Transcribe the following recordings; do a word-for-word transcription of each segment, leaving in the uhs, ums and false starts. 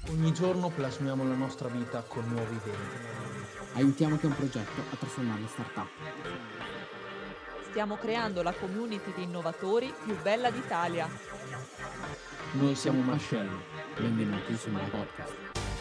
Ogni giorno plasmiamo la nostra vita con nuove idee. Aiutiamo chi ha un progetto a trasformarlo in startup. Stiamo creando la community di innovatori più bella d'Italia. Noi siamo Marcello. Benvenuti su My Podcast.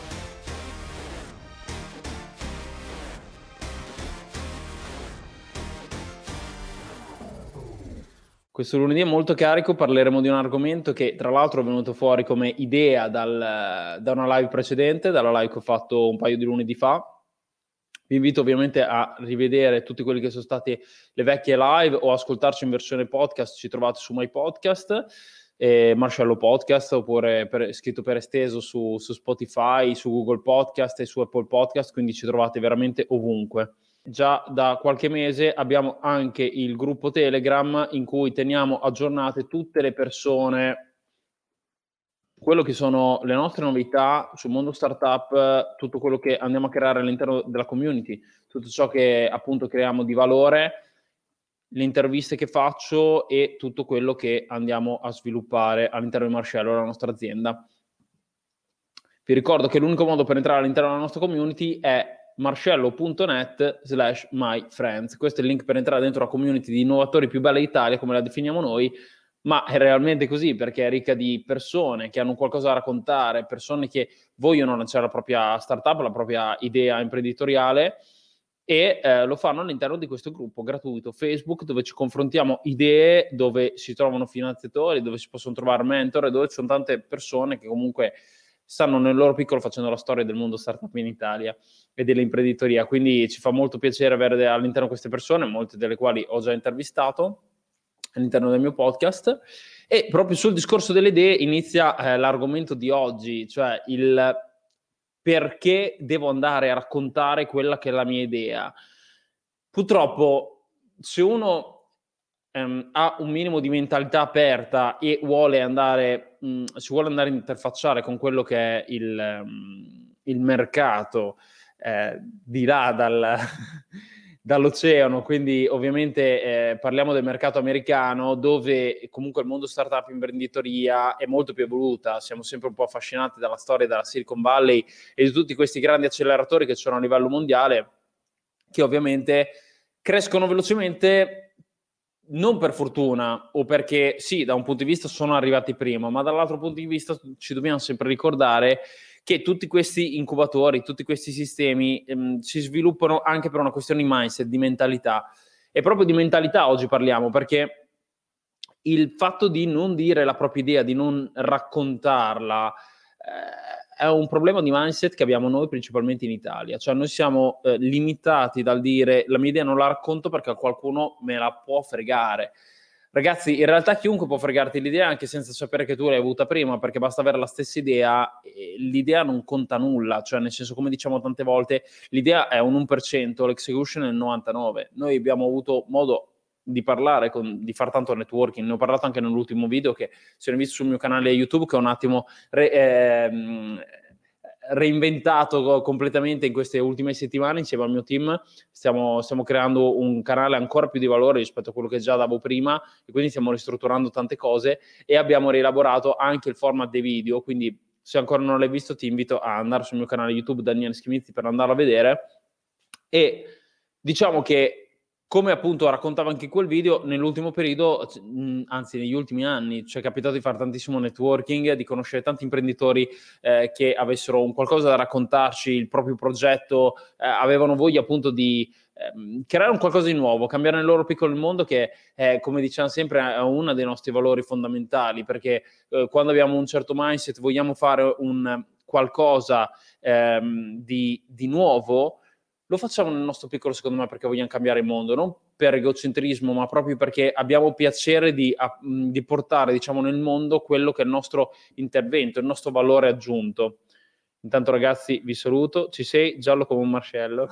Questo lunedì è molto carico, parleremo di un argomento che tra l'altro è venuto fuori come idea dal, da una live precedente, dalla live che ho fatto un paio di lunedì fa. Vi invito ovviamente a rivedere tutti quelli che sono stati le vecchie live o ascoltarci in versione podcast, ci trovate su My Podcast, eh, Marcello Podcast, oppure per, scritto per esteso su, su Spotify, su Google Podcast e su Apple Podcast, quindi ci trovate veramente ovunque. Già da qualche mese abbiamo anche il gruppo Telegram in cui teniamo aggiornate tutte le persone, quello che sono le nostre novità sul mondo startup, tutto quello che andiamo a creare all'interno della community, tutto ciò che appunto creiamo di valore, le interviste che faccio e tutto quello che andiamo a sviluppare all'interno di Marcello, la nostra azienda. Vi ricordo che l'unico modo per entrare all'interno della nostra community è marcello.net slash myfriends. Questo è il link per entrare dentro la community di innovatori più bella d'Italia, come la definiamo noi, ma è realmente così perché è ricca di persone che hanno qualcosa da raccontare, persone che vogliono lanciare la propria startup, la propria idea imprenditoriale e eh, lo fanno all'interno di questo gruppo gratuito Facebook dove ci confrontiamo idee, dove si trovano finanziatori, dove si possono trovare mentor, dove ci sono tante persone che comunque stanno nel loro piccolo facendo la storia del mondo startup in Italia e dell'imprenditoria, quindi ci fa molto piacere avere all'interno queste persone, molte delle quali ho già intervistato all'interno del mio podcast. E proprio sul discorso delle idee inizia eh, l'argomento di oggi, cioè il perché devo andare a raccontare quella che è la mia idea. Purtroppo, se uno ehm, ha un minimo di mentalità aperta e vuole andare, mh, si vuole andare a interfacciare con quello che è il, mh, il mercato eh, di là dal, dall'oceano, quindi ovviamente eh, parliamo del mercato americano dove comunque il mondo startup imprenditoria è molto più evoluta, siamo sempre un po' affascinati dalla storia della Silicon Valley e di tutti questi grandi acceleratori che ci sono a livello mondiale che ovviamente crescono velocemente non per fortuna o perché sì, da un punto di vista sono arrivati prima, ma dall'altro punto di vista ci dobbiamo sempre ricordare che tutti questi incubatori, tutti questi sistemi ehm, si sviluppano anche per una questione di mindset, di mentalità. E proprio di mentalità oggi parliamo, perché il fatto di non dire la propria idea, di non raccontarla, eh, è un problema di mindset che abbiamo noi principalmente in Italia. Cioè noi siamo eh, limitati dal dire la mia idea non la racconto perché qualcuno me la può fregare. Ragazzi, in realtà chiunque può fregarti l'idea anche senza sapere che tu l'hai avuta prima, perché basta avere la stessa idea e l'idea non conta nulla. Cioè nel senso, come diciamo tante volte, l'idea è un uno per cento, l'execution è il novantanove per cento. Noi abbiamo avuto modo di parlare, con, di fare tanto networking, ne ho parlato anche nell'ultimo video che se ne è visto sul mio canale YouTube che ho un attimo re, ehm, reinventato completamente in queste ultime settimane insieme al mio team. Stiamo, stiamo creando un canale ancora più di valore rispetto a quello che già davo prima e quindi stiamo ristrutturando tante cose e abbiamo rielaborato anche il format dei video, quindi se ancora non l'hai visto ti invito a andare sul mio canale YouTube Daniele Schimizzi per andarlo a vedere. E diciamo che, come appunto raccontavo anche in quel video, nell'ultimo periodo, anzi negli ultimi anni, ci è capitato di fare tantissimo networking, di conoscere tanti imprenditori eh, che avessero un qualcosa da raccontarci, il proprio progetto, eh, avevano voglia appunto di eh, creare un qualcosa di nuovo, cambiare nel loro piccolo il mondo, che è, come diciamo sempre, è uno dei nostri valori fondamentali, perché eh, quando abbiamo un certo mindset, vogliamo fare un qualcosa ehm, di, di nuovo, lo facciamo nel nostro piccolo, secondo me, perché vogliamo cambiare il mondo, non per egocentrismo, ma proprio perché abbiamo piacere di, di portare, diciamo, nel mondo quello che è il nostro intervento, il nostro valore aggiunto. Intanto, ragazzi, vi saluto. Ci sei? Giallo come un Marcello.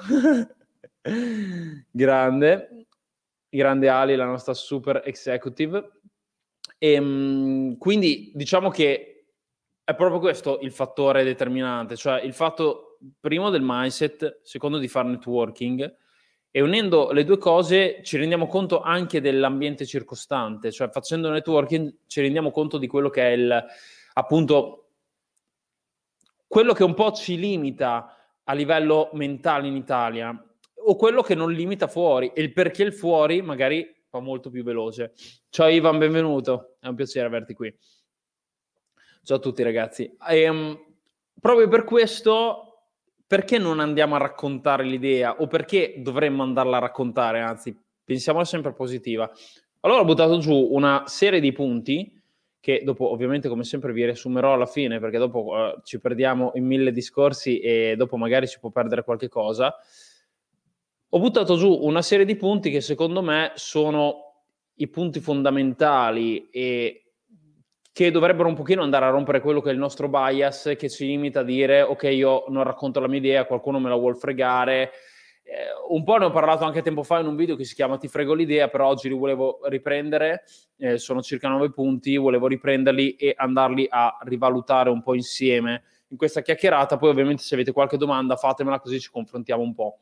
Grande. Grande Ali, la nostra super executive. E, quindi, diciamo che è proprio questo il fattore determinante, cioè il fatto primo del mindset, secondo di fare networking, e unendo le due cose ci rendiamo conto anche dell'ambiente circostante, cioè facendo networking ci rendiamo conto di quello che è il, appunto, quello che un po' ci limita a livello mentale in Italia o quello che non limita fuori, e il perché il fuori magari fa molto più veloce. Ciao Ivan, benvenuto, è un piacere averti qui. Ciao a tutti ragazzi. Ehm, proprio per questo, perché non andiamo a raccontare l'idea, o perché dovremmo andarla a raccontare, anzi, pensiamola sempre positiva. Allora ho buttato giù una serie di punti che dopo ovviamente come sempre vi riassumerò alla fine, perché dopo uh, ci perdiamo in mille discorsi e dopo magari ci può perdere qualche cosa. Ho buttato giù una serie di punti che secondo me sono i punti fondamentali e che dovrebbero un pochino andare a rompere quello che è il nostro bias, che ci limita a dire ok, io non racconto la mia idea, qualcuno me la vuol fregare. Eh, un po' ne ho parlato anche tempo fa in un video che si chiama Ti frego l'idea, però oggi li volevo riprendere, eh, sono circa nove punti, volevo riprenderli e andarli a rivalutare un po' insieme in questa chiacchierata. Poi ovviamente se avete qualche domanda fatemela, così ci confrontiamo un po'.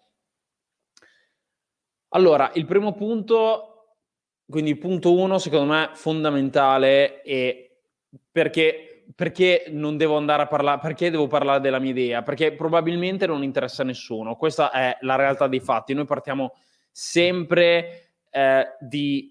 Allora, il primo punto, quindi punto uno, secondo me fondamentale, è perché, perché non devo andare a parlare, perché devo parlare della mia idea? Perché probabilmente non interessa a nessuno. Questa è la realtà dei fatti. Noi partiamo sempre eh, di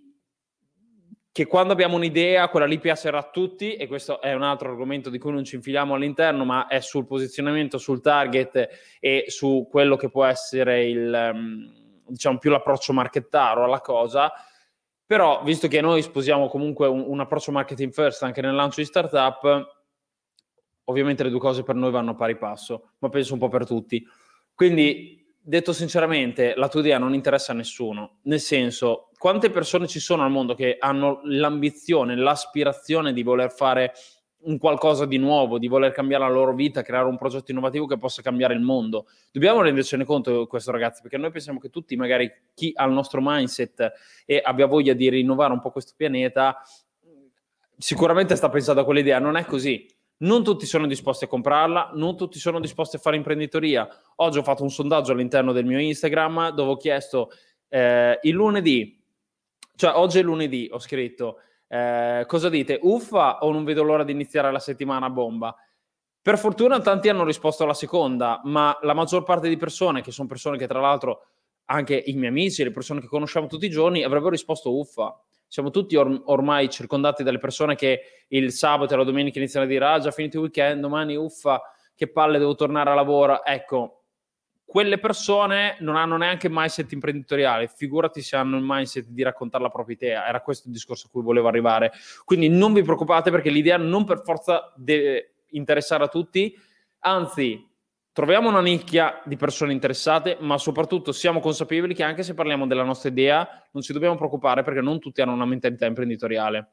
che quando abbiamo un'idea, quella lì piacerà a tutti, e questo è un altro argomento di cui non ci infiliamo all'interno, ma è sul posizionamento, sul target e su quello che può essere il, diciamo, più l'approccio marchettaro alla cosa. Però, visto che noi sposiamo comunque un, un approccio marketing first anche nel lancio di startup, ovviamente le due cose per noi vanno a pari passo, ma penso un po' per tutti. Quindi, detto sinceramente, la tua idea non interessa a nessuno. Nel senso, quante persone ci sono al mondo che hanno l'ambizione, l'aspirazione di voler fare un qualcosa di nuovo, di voler cambiare la loro vita, creare un progetto innovativo che possa cambiare il mondo? Dobbiamo rendercene conto di questo, ragazzi, perché noi pensiamo che tutti, magari chi ha il nostro mindset e abbia voglia di rinnovare un po' questo pianeta, sicuramente sta pensando a quell'idea. Non è così. Non tutti sono disposti a comprarla, non tutti sono disposti a fare imprenditoria. Oggi ho fatto un sondaggio all'interno del mio Instagram dove ho chiesto eh, il lunedì, cioè oggi è lunedì, ho scritto Eh, cosa dite? Uffa o non vedo l'ora di iniziare la settimana a bomba? Per fortuna tanti hanno risposto alla seconda, ma la maggior parte di persone, che sono persone che tra l'altro anche i miei amici, le persone che conosciamo tutti i giorni, avrebbero risposto uffa. Siamo tutti or- ormai circondati dalle persone che il sabato e la domenica iniziano a dire ah, già finito il weekend, domani uffa, che palle, devo tornare a lavoro. Ecco, quelle persone non hanno neanche il mindset imprenditoriale, figurati se hanno il mindset di raccontare la propria idea. Era questo il discorso a cui volevo arrivare. Quindi non vi preoccupate, perché l'idea non per forza deve interessare a tutti, anzi troviamo una nicchia di persone interessate, ma soprattutto siamo consapevoli che anche se parliamo della nostra idea non ci dobbiamo preoccupare, perché non tutti hanno una mentalità imprenditoriale.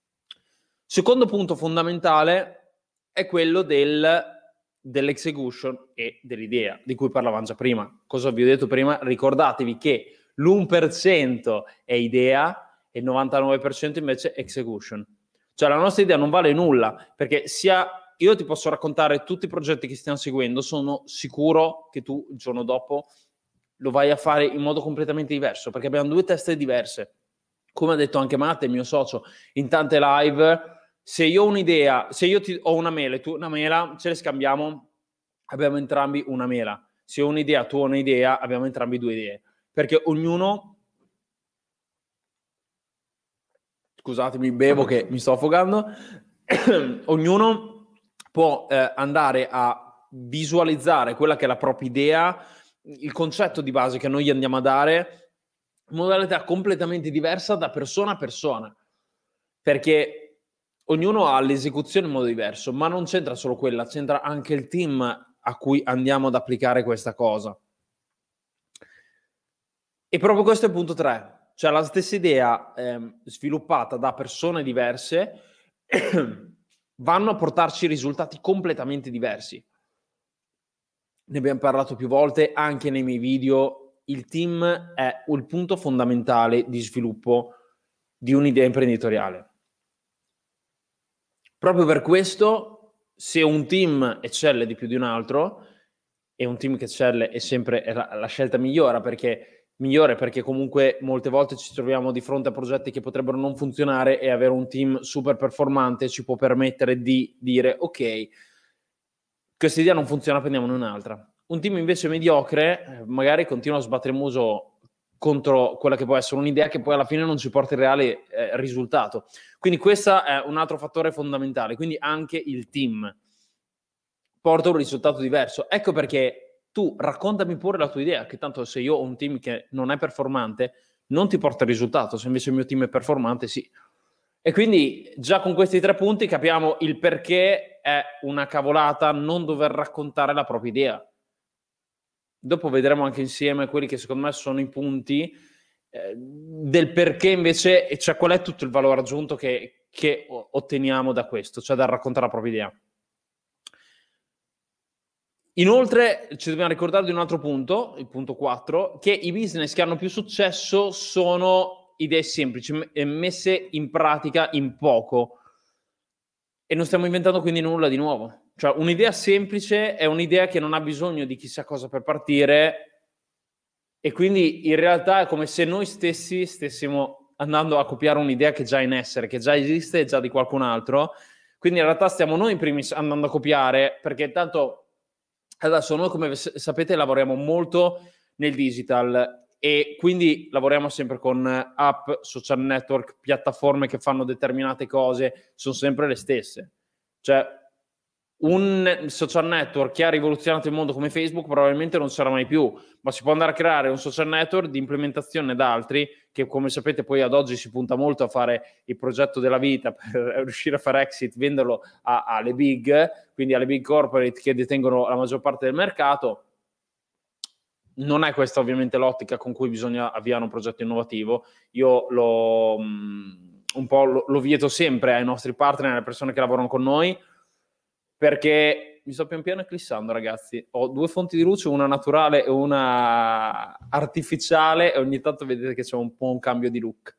Secondo punto fondamentale è quello del dell'execution e dell'idea, di cui parlavamo già prima. Cosa vi ho detto prima? Ricordatevi che l'uno per cento è idea e il novantanove per cento invece è execution. Cioè la nostra idea non vale nulla, perché sia io ti posso raccontare tutti i progetti che stiamo seguendo, sono sicuro che tu il giorno dopo lo vai a fare in modo completamente diverso, perché abbiamo due teste diverse. Come ha detto anche Matte, il mio socio, in tante live, se io ho un'idea, se io ti, ho una mela e tu una mela, ce le scambiamo, abbiamo entrambi una mela. Se ho un'idea, tu hai un'idea, abbiamo entrambi due idee. Perché ognuno... Scusatemi, bevo che mi sto affogando. Ognuno può eh, andare a visualizzare quella che è la propria idea, il concetto di base che noi andiamo a dare, in modalità completamente diversa da persona a persona. Perché ognuno ha l'esecuzione in modo diverso, ma non c'entra solo quella, c'entra anche il team a cui andiamo ad applicare questa cosa. E proprio questo è il punto tre, cioè la stessa idea eh, sviluppata da persone diverse vanno a portarci risultati completamente diversi. Ne abbiamo parlato più volte anche nei miei video. Il team è il punto fondamentale di sviluppo di un'idea imprenditoriale. Proprio per questo, se un team eccelle di più di un altro, e un team che eccelle è sempre la, la scelta migliore, perché migliore perché comunque molte volte ci troviamo di fronte a progetti che potrebbero non funzionare, e avere un team super performante ci può permettere di dire ok, questa idea non funziona, prendiamone un'altra. Un team invece mediocre magari continua a sbattere il muso contro quella che può essere un'idea che poi alla fine non ci porta il reale eh, risultato. Quindi questo è un altro fattore fondamentale. Quindi anche il team porta un risultato diverso. Ecco perché tu raccontami pure la tua idea, che tanto se io ho un team che non è performante non ti porta il risultato, se invece il mio team è performante sì. E quindi già con questi tre punti capiamo il perché è una cavolata non dover raccontare la propria idea. Dopo vedremo anche insieme quelli che secondo me sono i punti eh, del perché invece, cioè qual è tutto il valore aggiunto che, che otteniamo da questo, cioè dal raccontare la propria idea. Inoltre ci dobbiamo ricordare di un altro punto, il punto quattro, che i business che hanno più successo sono idee semplici e messe in pratica in poco. E non stiamo inventando quindi nulla di nuovo. Cioè un'idea semplice è un'idea che non ha bisogno di chissà cosa per partire e quindi in realtà è come se noi stessi stessimo andando a copiare un'idea che è già in essere, che già esiste, è già di qualcun altro. Quindi in realtà stiamo noi in primis andando a copiare, perché tanto adesso noi come sapete lavoriamo molto nel digital e quindi lavoriamo sempre con app, social network, piattaforme che fanno determinate cose, sono sempre le stesse. Cioè un social network che ha rivoluzionato il mondo come Facebook probabilmente non sarà mai più, ma si può andare a creare un social network di implementazione da altri che come sapete poi ad oggi si punta molto a fare il progetto della vita per riuscire a fare exit, venderlo a, alle big, quindi alle big corporate che detengono la maggior parte del mercato. Non è questa ovviamente l'ottica con cui bisogna avviare un progetto innovativo. Io lo, un po' lo, lo vieto sempre ai nostri partner, alle persone che lavorano con noi, perché mi sto pian piano eclissando, ragazzi. Ho due fonti di luce, una naturale e una artificiale, e ogni tanto vedete che c'è un po' un cambio di look.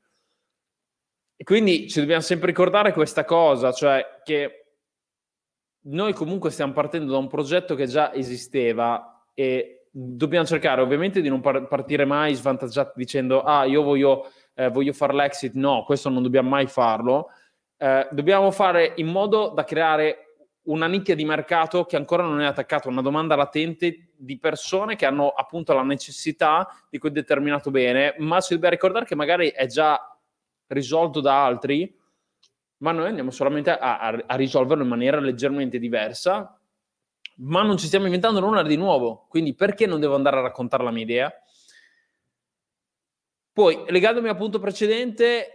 E quindi ci dobbiamo sempre ricordare questa cosa, cioè che noi comunque stiamo partendo da un progetto che già esisteva e dobbiamo cercare ovviamente di non par- partire mai svantaggiati dicendo ah io voglio, eh, voglio fare l'exit. No, questo non dobbiamo mai farlo. Eh, dobbiamo fare in modo da creare una nicchia di mercato che ancora non è attaccata, una domanda latente di persone che hanno appunto la necessità di quel determinato bene, ma ci dobbiamo ricordare che magari è già risolto da altri, ma noi andiamo solamente a, a, a risolverlo in maniera leggermente diversa, ma non ci stiamo inventando nulla di nuovo, quindi perché non devo andare a raccontare la mia idea? Poi, legandomi al punto precedente,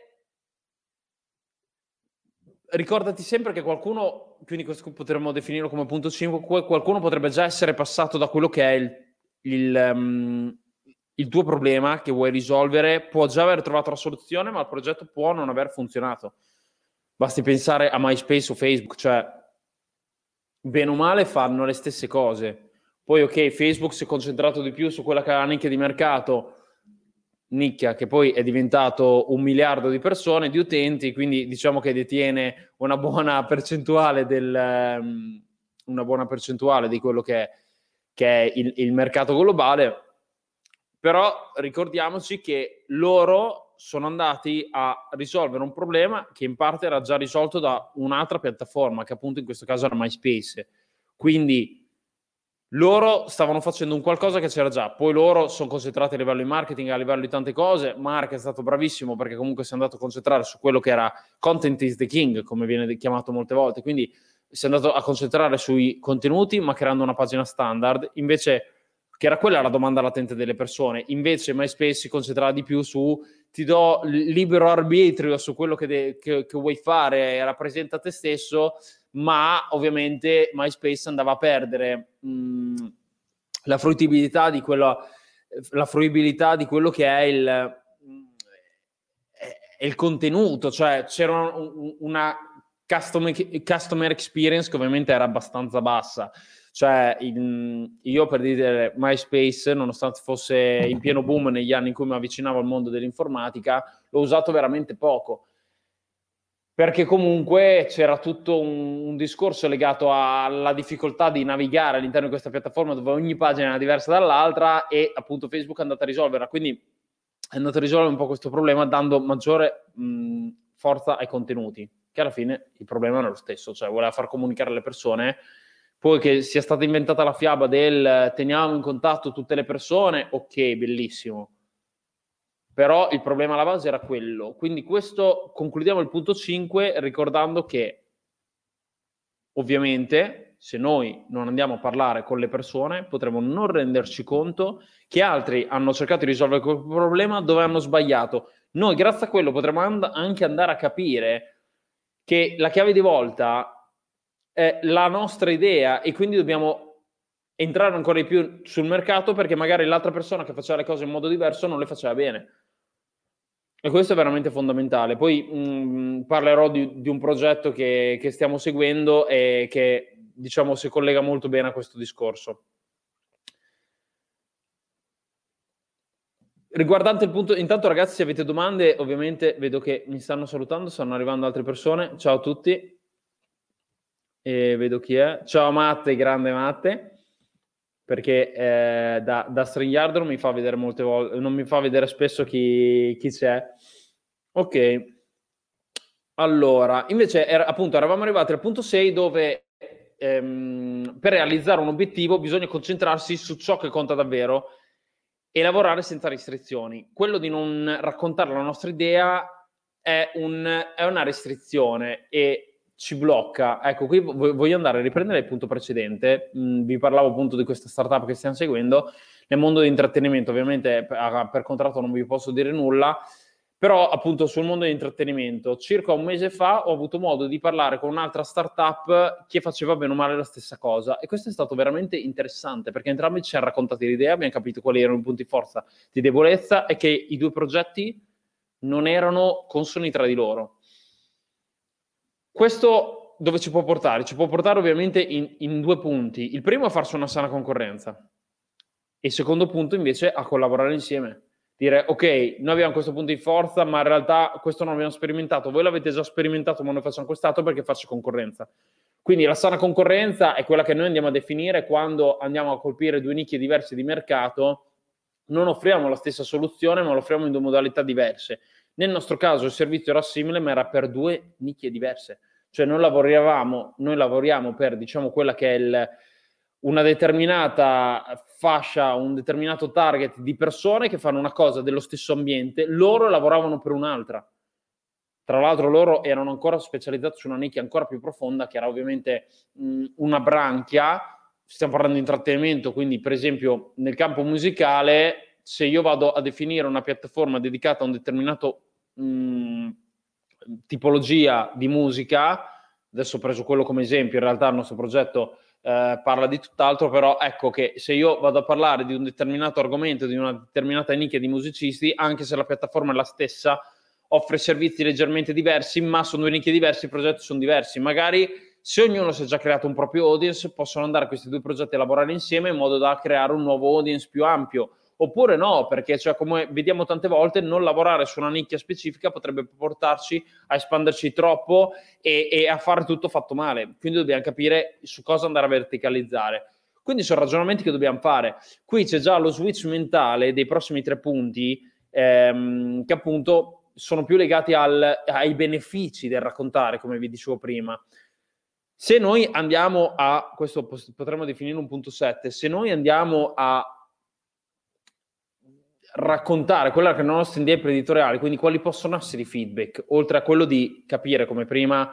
ricordati sempre che qualcuno, quindi questo potremmo definirlo come punto cinque, qualcuno potrebbe già essere passato da quello che è il, il, um, il tuo problema che vuoi risolvere, può già aver trovato la soluzione, ma il progetto può non aver funzionato. Basti pensare a MySpace o Facebook, cioè bene o male fanno le stesse cose. Poi ok, Facebook si è concentrato di più su quella che è la nicchia di mercato, nicchia che poi è diventato un miliardo di persone, di utenti, quindi diciamo che detiene una buona percentuale del um, una buona percentuale di quello che è, che è il, il mercato globale. Però ricordiamoci che loro sono andati a risolvere un problema che in parte era già risolto da un'altra piattaforma, che appunto in questo caso era MySpace. Quindi loro stavano facendo un qualcosa che c'era già, poi loro sono concentrati a livello di marketing, a livello di tante cose. Mark è stato bravissimo perché comunque si è andato a concentrare su quello che era content is the king, come viene chiamato molte volte, quindi si è andato a concentrare sui contenuti ma creando una pagina standard, invece che era quella la domanda latente delle persone. Invece MySpace si concentrava di più su ti do libero arbitrio su quello che, de- che, che vuoi fare, rappresenta te stesso, ma ovviamente MySpace andava a perdere mh, la fruibilità di quello, la fruibilità di quello che è il, è il contenuto, cioè c'era un, una customer, customer experience che ovviamente era abbastanza bassa. Cioè in, io per dire MySpace, nonostante fosse in pieno boom negli anni in cui mi avvicinavo al mondo dell'informatica, l'ho usato veramente poco, perché comunque c'era tutto un, un discorso legato alla difficoltà di navigare all'interno di questa piattaforma dove ogni pagina era diversa dall'altra e appunto Facebook è andato a risolverla, quindi è andato a risolvere un po' questo problema dando maggiore mh, forza ai contenuti, che alla fine il problema era lo stesso, cioè voleva far comunicare alle persone Poi che sia stata inventata la fiaba del teniamo in contatto tutte le persone, ok, bellissimo. Però il problema alla base era quello. Quindi questo, concludiamo il punto cinque ricordando che ovviamente se noi non andiamo a parlare con le persone potremo non renderci conto che altri hanno cercato di risolvere quel problema dove hanno sbagliato. Noi grazie a quello potremo and- anche andare a capire che la chiave di volta è la nostra idea e quindi dobbiamo entrare ancora di più sul mercato perché magari l'altra persona che faceva le cose in modo diverso non le faceva bene. E questo è veramente fondamentale. Poi mh, parlerò di, di un progetto che, che stiamo seguendo e che, diciamo, si collega molto bene a questo discorso. Riguardante il punto, intanto ragazzi, se avete domande, ovviamente vedo che mi stanno salutando, stanno arrivando altre persone. Ciao a tutti. E vedo chi è. Ciao Matte, grande Matte, perché eh, da, da StreamYard non mi fa vedere molte volte, non mi fa vedere spesso chi, chi c'è. Ok. Allora, invece era, appunto eravamo arrivati al punto sei dove ehm, per realizzare un obiettivo bisogna concentrarsi su ciò che conta davvero e lavorare senza restrizioni. Quello di non raccontare la nostra idea è, un, è una restrizione e ci blocca. Ecco, qui voglio andare a riprendere il punto precedente. Mm, vi parlavo appunto di questa startup che stiamo seguendo nel mondo dell'intrattenimento. Ovviamente per, per contratto non vi posso dire nulla, però appunto sul mondo dell'intrattenimento circa un mese fa ho avuto modo di parlare con un'altra startup che faceva bene o male la stessa cosa e questo è stato veramente interessante perché entrambi ci hanno raccontato l'idea, abbiamo capito quali erano i punti di forza, di debolezza e che i due progetti non erano consoni tra di loro. Questo dove ci può portare? Ci può portare ovviamente in, in due punti. Il primo è farsi una sana concorrenza e il secondo punto invece a collaborare insieme. Dire, ok, noi abbiamo questo punto di forza, ma in realtà questo non l'abbiamo sperimentato. Voi l'avete già sperimentato, ma noi facciamo quest'altro perché farci concorrenza. Quindi la sana concorrenza è quella che noi andiamo a definire quando andiamo a colpire due nicchie diverse di mercato. Non offriamo la stessa soluzione, ma lo offriamo in due modalità diverse. Nel nostro caso il servizio era simile, ma era per due nicchie diverse. Cioè noi lavoravamo, noi lavoriamo per, diciamo, quella che è il, una determinata fascia, un determinato target di persone che fanno una cosa dello stesso ambiente, loro lavoravano per un'altra. Tra l'altro loro erano ancora specializzati su una nicchia ancora più profonda, che era ovviamente mh, una branchia. Stiamo parlando di intrattenimento, quindi per esempio nel campo musicale, se io vado a definire una piattaforma dedicata a un determinato mh, tipologia di musica, adesso ho preso quello come esempio, in realtà il nostro progetto eh, parla di tutt'altro, però ecco che se io vado a parlare di un determinato argomento, di una determinata nicchia di musicisti, anche se la piattaforma è la stessa, offre servizi leggermente diversi, ma sono due nicchie diverse, i progetti sono diversi. Magari se ognuno si è già creato un proprio audience, possono andare questi due progetti a lavorare insieme in modo da creare un nuovo audience più ampio. Oppure no, perché cioè, come vediamo tante volte, non lavorare su una nicchia specifica potrebbe portarci a espanderci troppo e, e a fare tutto fatto male. Quindi dobbiamo capire su cosa andare a verticalizzare. Quindi sono ragionamenti che dobbiamo fare. Qui c'è già lo switch mentale dei prossimi tre punti ehm, che appunto sono più legati al, ai benefici del raccontare, come vi dicevo prima. Se noi andiamo a, questo potremmo definire un punto sette, se noi andiamo a raccontare quella che è la nostra idea imprenditoriale, quindi quali possono essere i feedback, oltre a quello di capire come prima,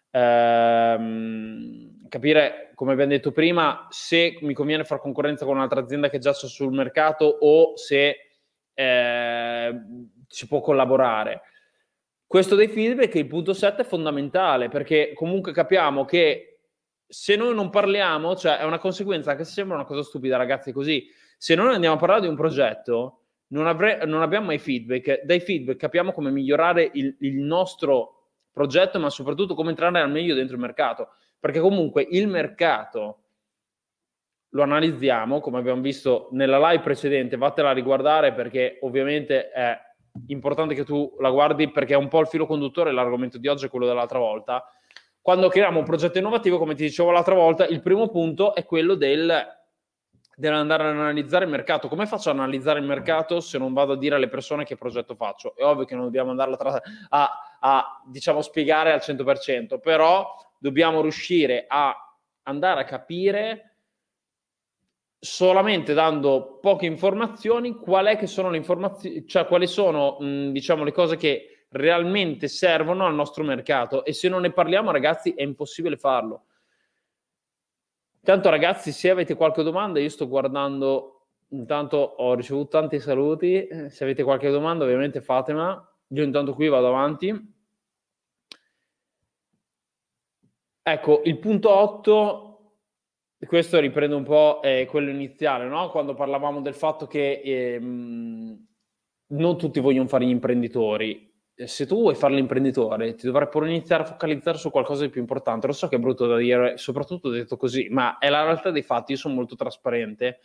ehm, capire come abbiamo detto prima, se mi conviene fare concorrenza con un'altra azienda che già c'è sul mercato o se eh, si può collaborare. Questo dei feedback, il punto sette è fondamentale perché comunque capiamo che se noi non parliamo, cioè è una conseguenza che sembra una cosa stupida, ragazzi, così. Se noi andiamo a parlare di un progetto, non, avre- non abbiamo mai feedback. Dai feedback capiamo come migliorare il, il nostro progetto, ma soprattutto come entrare al meglio dentro il mercato. Perché comunque il mercato lo analizziamo, come abbiamo visto nella live precedente, vattela a riguardare perché ovviamente è importante che tu la guardi perché è un po' il filo conduttore, l'argomento di oggi è quello dell'altra volta. Quando creiamo un progetto innovativo, come ti dicevo l'altra volta, il primo punto è quello del dell'andare ad analizzare il mercato. Come faccio ad analizzare il mercato se non vado a dire alle persone che progetto faccio? È ovvio che non dobbiamo andarla tra- a, a diciamo spiegare al cento per cento, però dobbiamo riuscire a andare a capire solamente dando poche informazioni qual è che sono le informazioni, cioè quali sono mh, diciamo le cose che realmente servono al nostro mercato, e se non ne parliamo, ragazzi, è impossibile farlo. Intanto, ragazzi, se avete qualche domanda, io sto guardando, intanto ho ricevuto tanti saluti, se avete qualche domanda ovviamente fatemela, io intanto qui vado avanti. Ecco, il punto otto, questo riprende un po' eh, quello iniziale, no? Quando parlavamo del fatto che ehm, non tutti vogliono fare gli imprenditori. Se tu vuoi fare l'imprenditore, ti dovrai pure iniziare a focalizzare su qualcosa di più importante. Lo so che è brutto da dire, soprattutto detto così, ma è la realtà dei fatti. Io sono molto trasparente.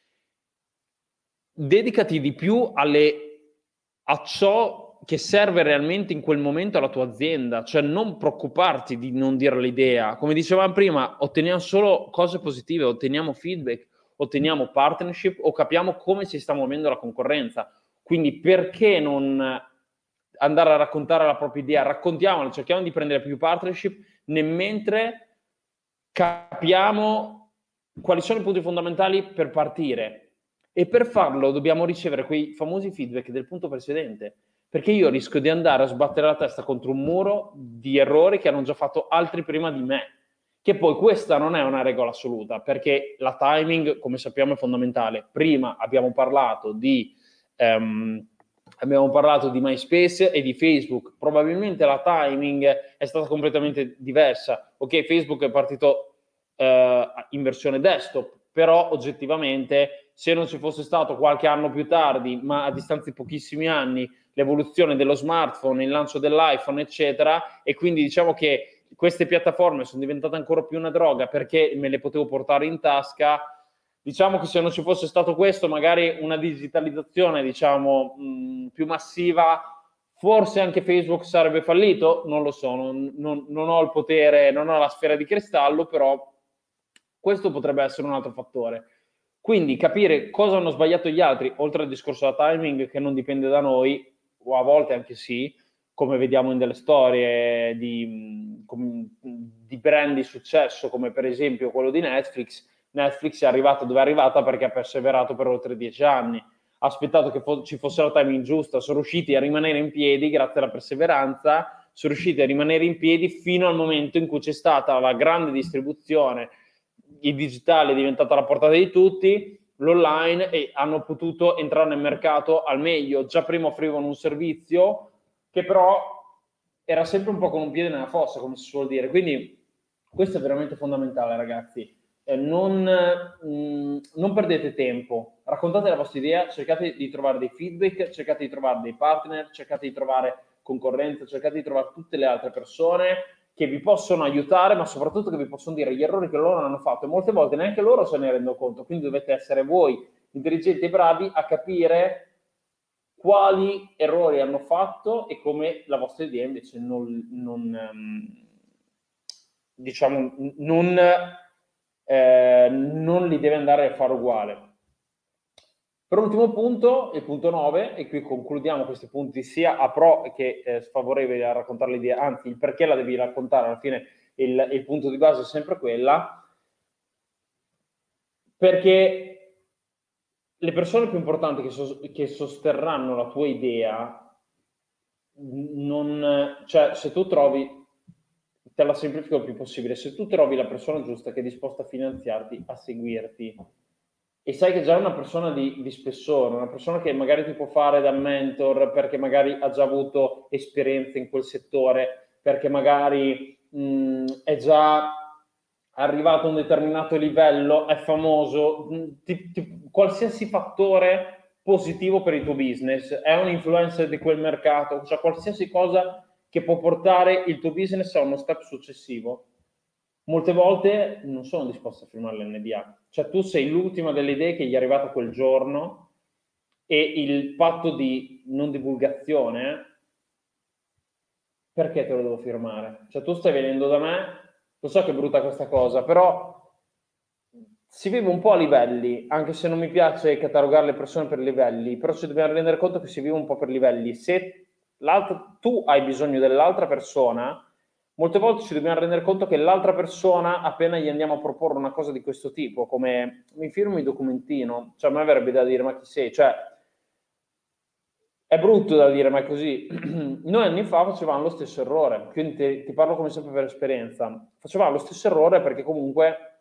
Dedicati di più alle, a ciò che serve realmente in quel momento alla tua azienda, cioè non preoccuparti di non dire l'idea. Come dicevamo prima, otteniamo solo cose positive, otteniamo feedback, otteniamo partnership o capiamo come si sta muovendo la concorrenza. Quindi perché non andare a raccontare la propria idea? Raccontiamola, cerchiamo di prendere più partnership nel mentre capiamo quali sono i punti fondamentali per partire, e per farlo dobbiamo ricevere quei famosi feedback del punto precedente, perché io rischio di andare a sbattere la testa contro un muro di errori che hanno già fatto altri prima di me, che poi questa non è una regola assoluta, perché la timing, come sappiamo, è fondamentale. Prima abbiamo parlato di um, abbiamo parlato di MySpace e di Facebook. Probabilmente la timing è stata completamente diversa. Ok, Facebook è partito eh, in versione desktop, però oggettivamente se non ci fosse stato qualche anno più tardi, ma a distanza di pochissimi anni, l'evoluzione dello smartphone, il lancio dell'iPhone, eccetera, e quindi diciamo che queste piattaforme sono diventate ancora più una droga perché me le potevo portare in tasca. Diciamo che se non ci fosse stato questo, magari una digitalizzazione, diciamo, mh, più massiva, forse anche Facebook sarebbe fallito, non lo so, non, non, non ho il potere, non ho la sfera di cristallo, però questo potrebbe essere un altro fattore. Quindi capire cosa hanno sbagliato gli altri, oltre al discorso da timing che non dipende da noi, o a volte anche sì, come vediamo in delle storie di, di brand di successo, come per esempio quello di Netflix. Netflix è arrivata dove è arrivata perché ha perseverato per oltre dieci anni, ha aspettato che fo- ci fosse la timing giusta, sono riusciti a rimanere in piedi grazie alla perseveranza, sono riusciti a rimanere in piedi fino al momento in cui c'è stata la grande distribuzione, il digitale è diventato alla portata di tutti, l'online, e hanno potuto entrare nel mercato al meglio. Già prima offrivano un servizio che però era sempre un po' con un piede nella fossa, come si suol dire, quindi questo è veramente fondamentale, ragazzi. Eh, non, mh, non perdete tempo, raccontate la vostra idea, cercate di trovare dei feedback, cercate di trovare dei partner, cercate di trovare concorrenza, cercate di trovare tutte le altre persone che vi possono aiutare, ma soprattutto che vi possono dire gli errori che loro hanno fatto, e molte volte neanche loro se ne rendono conto, quindi dovete essere voi intelligenti e bravi a capire quali errori hanno fatto e come la vostra idea invece non, non um, diciamo non Eh, non li deve andare a fare uguale. Per ultimo punto, il punto nove, e qui concludiamo questi punti sia a pro che eh, sfavorevoli a raccontare l'idea, anzi il perché la devi raccontare, alla fine il, il punto di base è sempre quella, perché le persone più importanti che, so, che sosterranno la tua idea, non, cioè se tu trovi, te la semplifico il più possibile, se tu trovi la persona giusta che è disposta a finanziarti, a seguirti, e sai che già è una persona di, di spessore, una persona che magari ti può fare da mentor perché magari ha già avuto esperienza in quel settore, perché magari mh, è già arrivato a un determinato livello, è famoso, mh, ti, ti, qualsiasi fattore positivo per il tuo business, è un influencer di quel mercato, cioè qualsiasi cosa che può portare il tuo business a uno step successivo, molte volte non sono disposti a firmare l'N D A. Cioè tu sei l'ultima delle idee che gli è arrivata quel giorno, e il patto di non divulgazione, perché te lo devo firmare? Cioè tu stai venendo da me, lo so che è brutta questa cosa, però si vive un po' a livelli, anche se non mi piace catalogare le persone per livelli, però ci dobbiamo rendere conto che si vive un po' per livelli. Se tu hai bisogno dell'altra persona, molte volte ci dobbiamo rendere conto che l'altra persona, appena gli andiamo a proporre una cosa di questo tipo, come mi firmi il documentino, cioè a me verrebbe da dire ma chi sei? Cioè, è brutto da dire, ma è così. Noi anni fa facevamo lo stesso errore, quindi ti, ti parlo come sempre per esperienza. Facevamo lo stesso errore perché comunque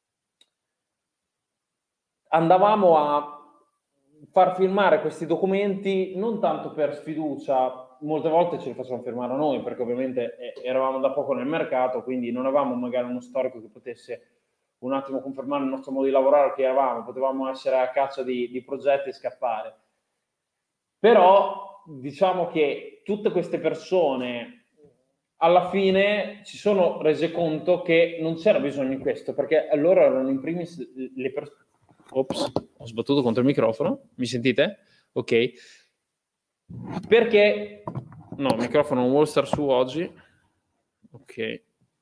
andavamo a far firmare questi documenti non tanto per sfiducia, molte volte ce li facevamo firmare a noi, perché ovviamente eravamo da poco nel mercato, quindi non avevamo magari uno storico che potesse un attimo confermare il nostro modo di lavorare che eravamo, potevamo essere a caccia di, di progetti e scappare. Però diciamo che tutte queste persone alla fine si sono rese conto che non c'era bisogno di questo, perché loro erano in primis le persone. Ops, ho sbattuto contro il microfono. Mi sentite? Ok. Perché no, il microfono non vuole star su oggi. Ok.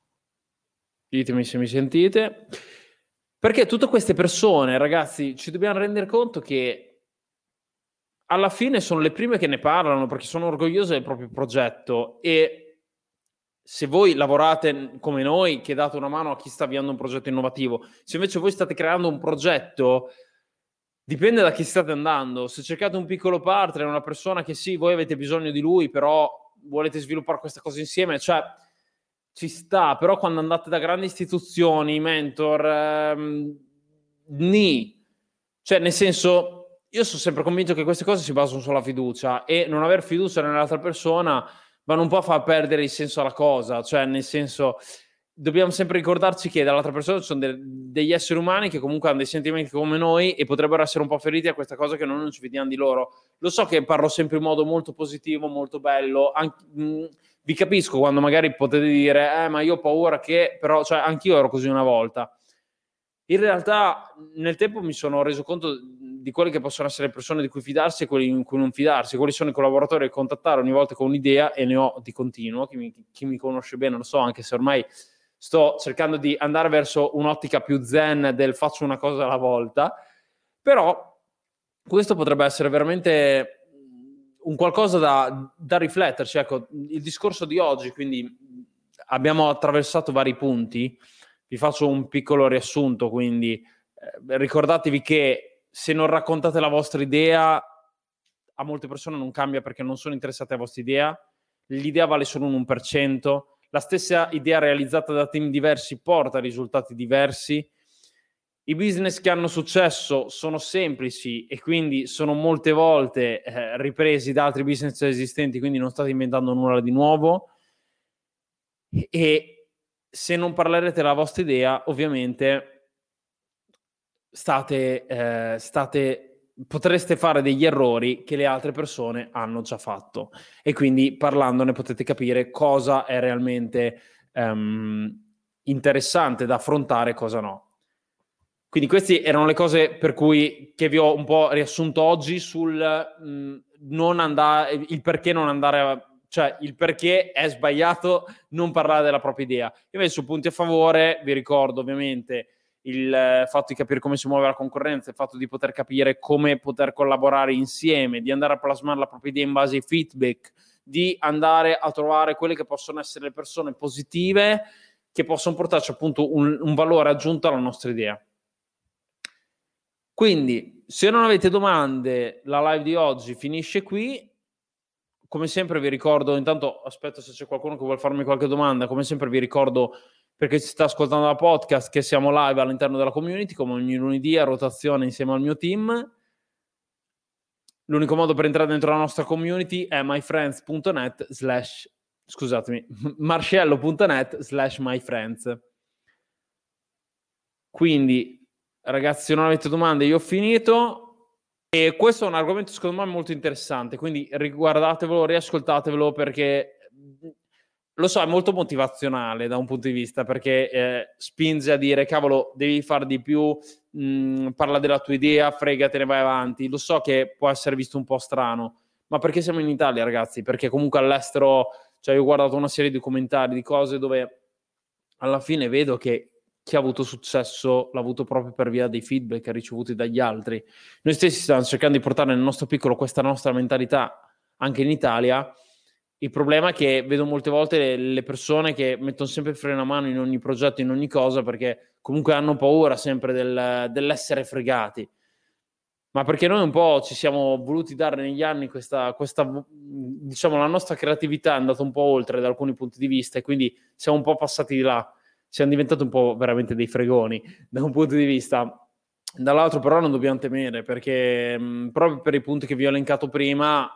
Ditemi se mi sentite. Perché tutte queste persone, ragazzi, ci dobbiamo rendere conto che alla fine sono le prime che ne parlano perché sono orgogliose del proprio progetto, e se voi lavorate come noi, che date una mano a chi sta avviando un progetto innovativo, se invece voi state creando un progetto, dipende da chi state andando. Se cercate un piccolo partner, una persona che sì, voi avete bisogno di lui, però volete sviluppare questa cosa insieme, cioè ci sta. Però quando andate da grandi istituzioni, mentor, ehm, ni, cioè nel senso, io sono sempre convinto che queste cose si basano sulla fiducia, e non aver fiducia nell'altra persona vanno un po' a far perdere il senso alla cosa. Cioè nel senso, dobbiamo sempre ricordarci che dall'altra persona ci sono de- degli esseri umani che comunque hanno dei sentimenti come noi e potrebbero essere un po' feriti a questa cosa che noi non ci fidiamo di loro. Lo so che parlo sempre in modo molto positivo, molto bello, An- mh, vi capisco quando magari potete dire eh ma io ho paura che, però cioè anch'io ero così una volta. In realtà nel tempo mi sono reso conto di quelle che possono essere le persone di cui fidarsi e quelle in cui non fidarsi, quali sono i collaboratori che contattare ogni volta con un'idea, e ne ho di continuo. Chi mi, chi mi conosce bene lo so, anche se ormai sto cercando di andare verso un'ottica più zen del faccio una cosa alla volta, però questo potrebbe essere veramente un qualcosa da, da rifletterci. Ecco, il discorso di oggi, quindi abbiamo attraversato vari punti. Vi faccio un piccolo riassunto, quindi eh, ricordatevi che se non raccontate la vostra idea, a molte persone non cambia perché non sono interessate alla vostra idea. L'idea vale solo un uno per cento. La stessa idea realizzata da team diversi porta a risultati diversi. I business che hanno successo sono semplici e quindi sono molte volte eh, ripresi da altri business esistenti, quindi non state inventando nulla di nuovo. E se non parlerete della vostra idea, ovviamente state, eh, state, potreste fare degli errori che le altre persone hanno già fatto, e quindi parlandone potete capire cosa è realmente um, interessante da affrontare e cosa no. Quindi queste erano le cose per cui che vi ho un po' riassunto oggi sul mh, non andare, il perché non andare a cioè il perché è sbagliato non parlare della propria idea. Invece su punti a favore vi ricordo ovviamente il fatto di capire come si muove la concorrenza, il fatto di poter capire come poter collaborare insieme, di andare a plasmare la propria idea in base ai feedback, di andare a trovare quelle che possono essere le persone positive che possono portarci appunto un, un valore aggiunto alla nostra idea. Quindi se non avete domande, la live di oggi finisce qui. Come sempre vi ricordo, intanto aspetto se c'è qualcuno che vuole farmi qualche domanda, come sempre vi ricordo, perché si sta ascoltando la podcast, che siamo live all'interno della community, come ogni lunedì a rotazione insieme al mio team. L'unico modo per entrare dentro la nostra community è myfriends.net slash, scusatemi, marcello.net slash myfriends. Quindi, ragazzi, se non avete domande, io ho finito. E questo è un argomento secondo me molto interessante, quindi riguardatevelo, riascoltatevelo, perché lo so, è molto motivazionale da un punto di vista, perché eh, spinge a dire cavolo, devi fare di più, mh, parla della tua idea, fregatene, vai avanti. Lo so che può essere visto un po' strano, ma perché siamo in Italia, ragazzi? Perché comunque all'estero, cioè io ho guardato una serie di documentari, di cose dove alla fine vedo che chi ha avuto successo l'ha avuto proprio per via dei feedback ricevuti dagli altri. Noi stessi stiamo cercando di portare nel nostro piccolo questa nostra mentalità anche in Italia, Il problema è che vedo molte volte le, le persone che mettono sempre il freno a mano in ogni progetto, in ogni cosa, perché comunque hanno paura sempre del, dell'essere fregati. Ma perché noi un po' ci siamo voluti dare negli anni questa, questa, diciamo, la nostra creatività è andata un po' oltre da alcuni punti di vista e quindi siamo un po' passati di là, siamo diventati un po' veramente dei fregoni da un punto di vista. Dall'altro però non dobbiamo temere, perché mh, proprio per i punti che vi ho elencato prima,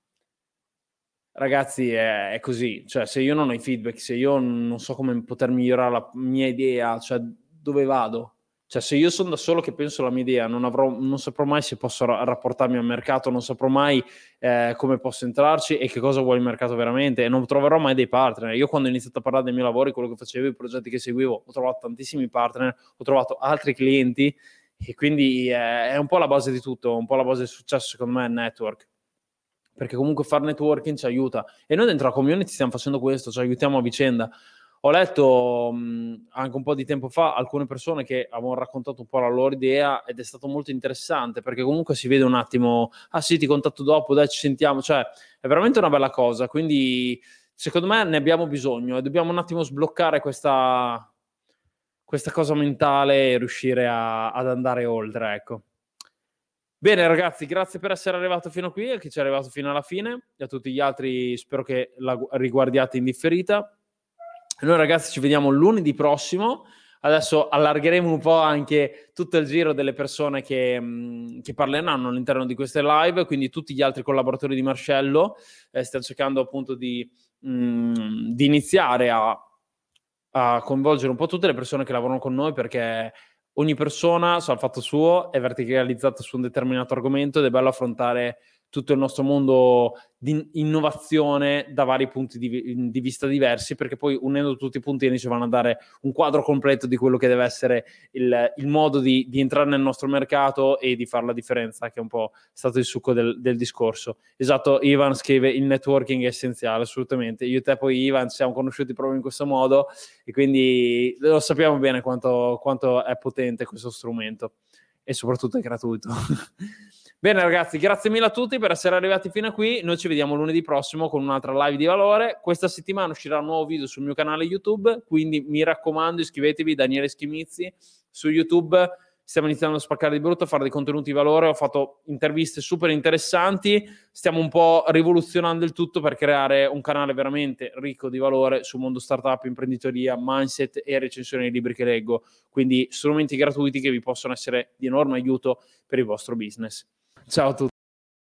ragazzi, è, è così. Cioè, se io non ho i feedback, se io non so come poter migliorare la mia idea, cioè dove vado? Cioè, se io sono da solo che penso alla mia idea, non, avrò, non saprò mai se posso ra- rapportarmi al mercato, non saprò mai eh, come posso entrarci e che cosa vuole il mercato veramente, e non troverò mai dei partner. Io quando ho iniziato a parlare dei miei lavori, quello che facevo, i progetti che seguivo, ho trovato tantissimi partner, ho trovato altri clienti, e quindi eh, è un po' la base di tutto, un po' la base del successo, secondo me, è il network. Perché comunque fare networking ci aiuta. E noi dentro la community stiamo facendo questo, ci aiutiamo a vicenda. Ho letto mh, anche un po' di tempo fa alcune persone che avevano raccontato un po' la loro idea ed è stato molto interessante, perché comunque si vede un attimo, ah sì, ti contatto dopo, dai, ci sentiamo, cioè è veramente una bella cosa, quindi secondo me ne abbiamo bisogno e dobbiamo un attimo sbloccare questa, questa cosa mentale e riuscire a, ad andare oltre, ecco. Bene ragazzi, grazie per essere arrivato fino qui, a chi ci è arrivato fino alla fine, e a tutti gli altri spero che la riguardiate in differita. Noi ragazzi ci vediamo lunedì prossimo. Adesso allargheremo un po' anche tutto il giro delle persone che, mh, che parleranno all'interno di queste live, quindi tutti gli altri collaboratori di Marcello. Eh, stiamo cercando appunto di, mh, di iniziare a, a coinvolgere un po' tutte le persone che lavorano con noi, perché ogni persona sa il fatto suo, è verticalizzata su un determinato argomento ed è bello affrontare tutto il nostro mondo di innovazione da vari punti di, di vista diversi, perché poi unendo tutti i puntini ci vanno a dare un quadro completo di quello che deve essere il, il modo di, di entrare nel nostro mercato e di fare la differenza, che è un po' stato il succo del, del discorso. Esatto, Ivan scrive: il networking è essenziale, assolutamente. Io e te poi, Ivan, ci siamo conosciuti proprio in questo modo e quindi lo sappiamo bene quanto, quanto è potente questo strumento e soprattutto è gratuito. Bene ragazzi, grazie mille a tutti per essere arrivati fino a qui. Noi ci vediamo lunedì prossimo con un'altra live di valore. Questa settimana uscirà un nuovo video sul mio canale YouTube, quindi mi raccomando iscrivetevi, Daniele Schimizzi su YouTube. Stiamo iniziando a spaccare di brutto, a fare dei contenuti di valore. Ho fatto interviste super interessanti. Stiamo un po' rivoluzionando il tutto per creare un canale veramente ricco di valore sul mondo startup, imprenditoria, mindset e recensione dei libri che leggo. Quindi strumenti gratuiti che vi possono essere di enorme aiuto per il vostro business. Ciao a tutti.